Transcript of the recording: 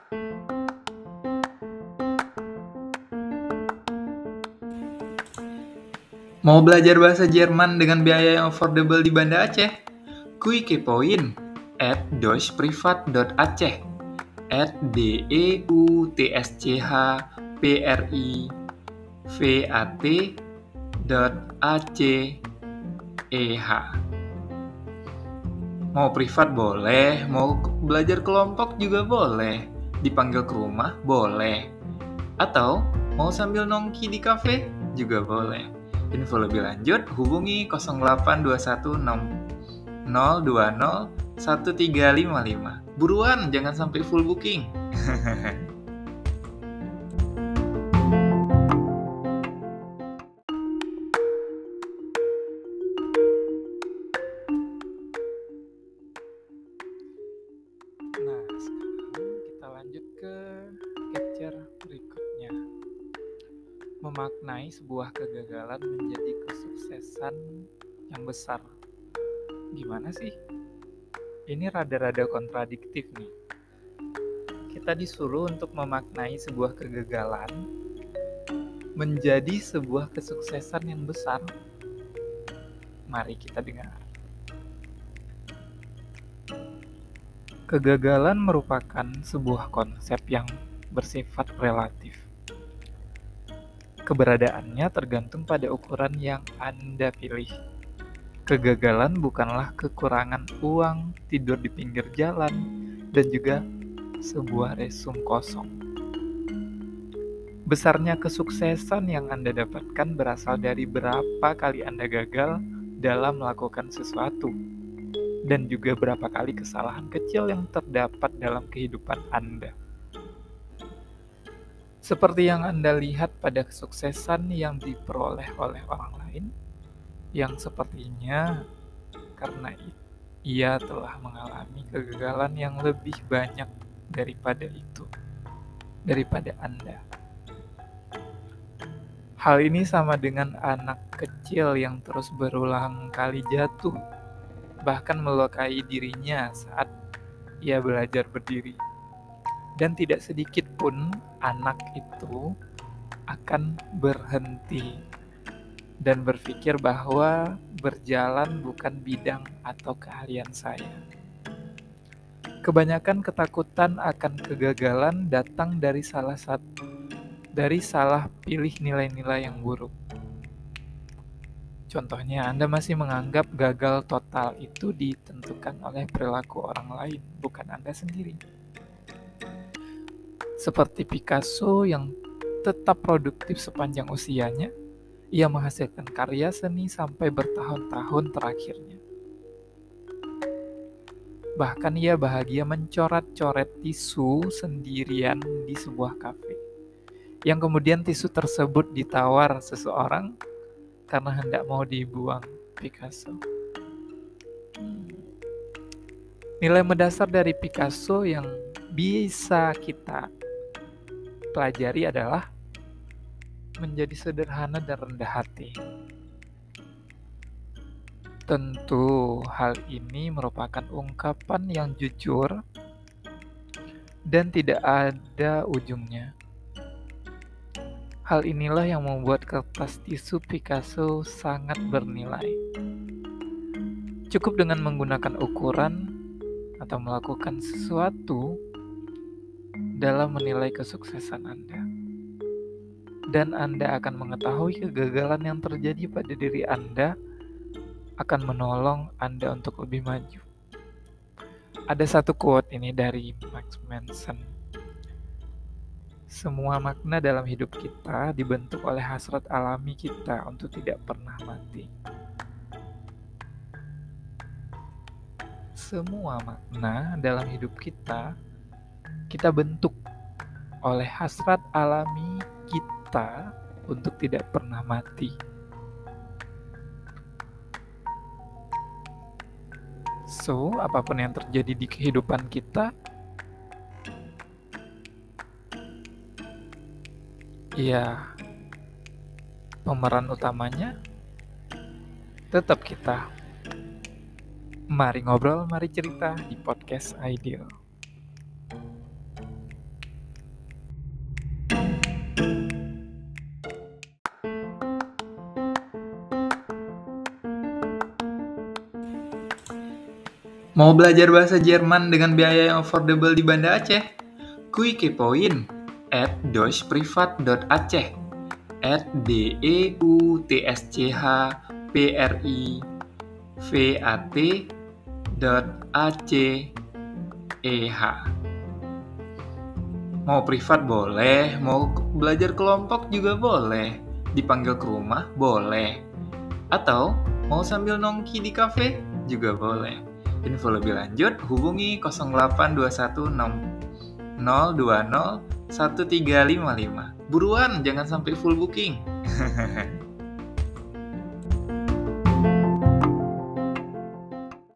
Mau belajar bahasa Jerman dengan biaya yang affordable di Banda Aceh? Kui kepoin at deutschprivat.aceh at deutschprivat.aceh. Mau privat boleh, mau belajar kelompok juga boleh, dipanggil ke rumah boleh, atau mau sambil nongki di kafe juga boleh. Info lebih lanjut hubungi 082160201355. Buruan, jangan sampai full booking. Nah, sekarang kita lanjut ke capture berikutnya. Memaknai sebuah kegagalan menjadi kesuksesan yang besar. Gimana sih? Ini rada-rada kontradiktif nih. Kita disuruh untuk memaknai sebuah kegagalan menjadi sebuah kesuksesan yang besar. Mari kita dengar. Kegagalan merupakan sebuah konsep yang bersifat relatif. Keberadaannya tergantung pada ukuran yang Anda pilih. Kegagalan bukanlah kekurangan uang, tidur di pinggir jalan, dan juga sebuah resume kosong. Besarnya kesuksesan yang Anda dapatkan berasal dari berapa kali Anda gagal dalam melakukan sesuatu, dan juga berapa kali kesalahan kecil yang terdapat dalam kehidupan Anda. Seperti yang Anda lihat pada kesuksesan yang diperoleh oleh orang lain, yang sepertinya karena ia telah mengalami kegagalan yang lebih banyak daripada Anda. Hal ini sama dengan anak kecil yang terus berulang kali jatuh, bahkan melukai dirinya saat ia belajar berdiri. Dan tidak sedikit pun anak itu akan berhenti dan berpikir bahwa berjalan bukan bidang atau keahlian saya. Kebanyakan ketakutan akan kegagalan datang dari salah pilih nilai-nilai yang buruk. Contohnya, Anda masih menganggap gagal total itu ditentukan oleh perilaku orang lain, bukan Anda sendiri. Seperti Picasso yang tetap produktif sepanjang usianya, ia menghasilkan karya seni sampai bertahun-tahun terakhirnya. Bahkan ia bahagia mencoret-coret tisu sendirian di sebuah kafe, yang kemudian tisu tersebut ditawar seseorang karena hendak mau dibuang Picasso. Nilai mendasar dari Picasso yang bisa kita pelajari adalah menjadi sederhana dan rendah hati. Tentu hal ini merupakan ungkapan yang jujur dan tidak ada ujungnya. Hal inilah yang membuat kertas tisu Picasso sangat bernilai. Cukup dengan menggunakan ukuran atau melakukan sesuatu dalam menilai kesuksesan Anda. Dan Anda akan mengetahui kegagalan yang terjadi pada diri Anda akan menolong Anda untuk lebih maju. Ada satu quote ini dari Max Manson. Semua makna dalam hidup kita dibentuk oleh hasrat alami kita untuk tidak pernah mati. Semua makna dalam hidup kita bentuk oleh hasrat alami kita untuk tidak pernah mati. So, apapun yang terjadi di kehidupan kita, ya, pemeran utamanya tetap kita. Mari ngobrol, mari cerita di podcast Ideal. Mau belajar bahasa Jerman dengan biaya yang affordable di Banda Aceh? Kui kepoin at deutschprivat.aceh @deutschprivat.aceh. Mau privat boleh, mau belajar kelompok juga boleh, dipanggil ke rumah boleh, atau mau sambil nongki di kafe juga boleh. Info lebih lanjut hubungi 082160201355. Buruan, jangan sampai full booking.